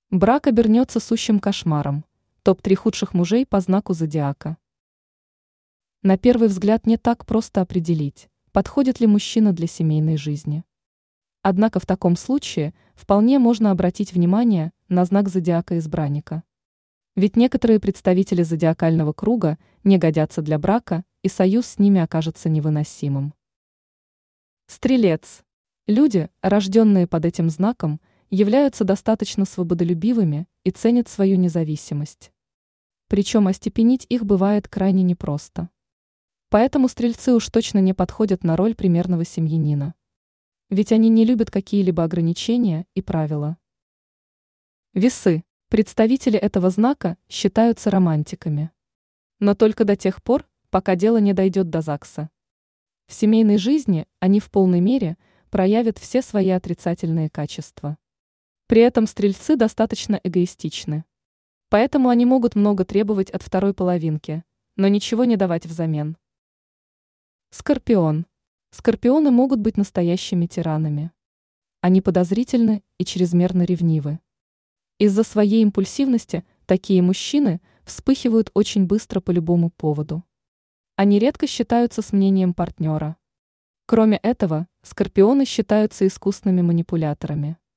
Брак обернется сущим кошмаром. Топ-3 худших мужей по знаку зодиака. На первый взгляд не так просто определить, подходит ли мужчина для семейной жизни. Однако в таком случае вполне можно обратить внимание на знак зодиака избранника. Ведь некоторые представители зодиакального круга не годятся для брака, и союз с ними окажется невыносимым. Стрелец. Люди, рожденные под этим знаком, являются достаточно свободолюбивыми и ценят свою независимость. Причем остепенить их бывает крайне непросто. Поэтому стрельцы уж точно не подходят на роль примерного семьянина. Ведь они не любят какие-либо ограничения и правила. Весы. Представители этого знака считаются романтиками. Но только до тех пор, пока дело не дойдет до ЗАГСа. В семейной жизни они в полной мере проявят все свои отрицательные качества. При этом стрельцы достаточно эгоистичны. Поэтому они могут много требовать от второй половинки, но ничего не давать взамен. Скорпион. Скорпионы могут быть настоящими тиранами. Они подозрительны и чрезмерно ревнивы. Из-за своей импульсивности такие мужчины вспыхивают очень быстро по любому поводу. Они редко считаются с мнением партнера. Кроме этого, скорпионы считаются искусными манипуляторами.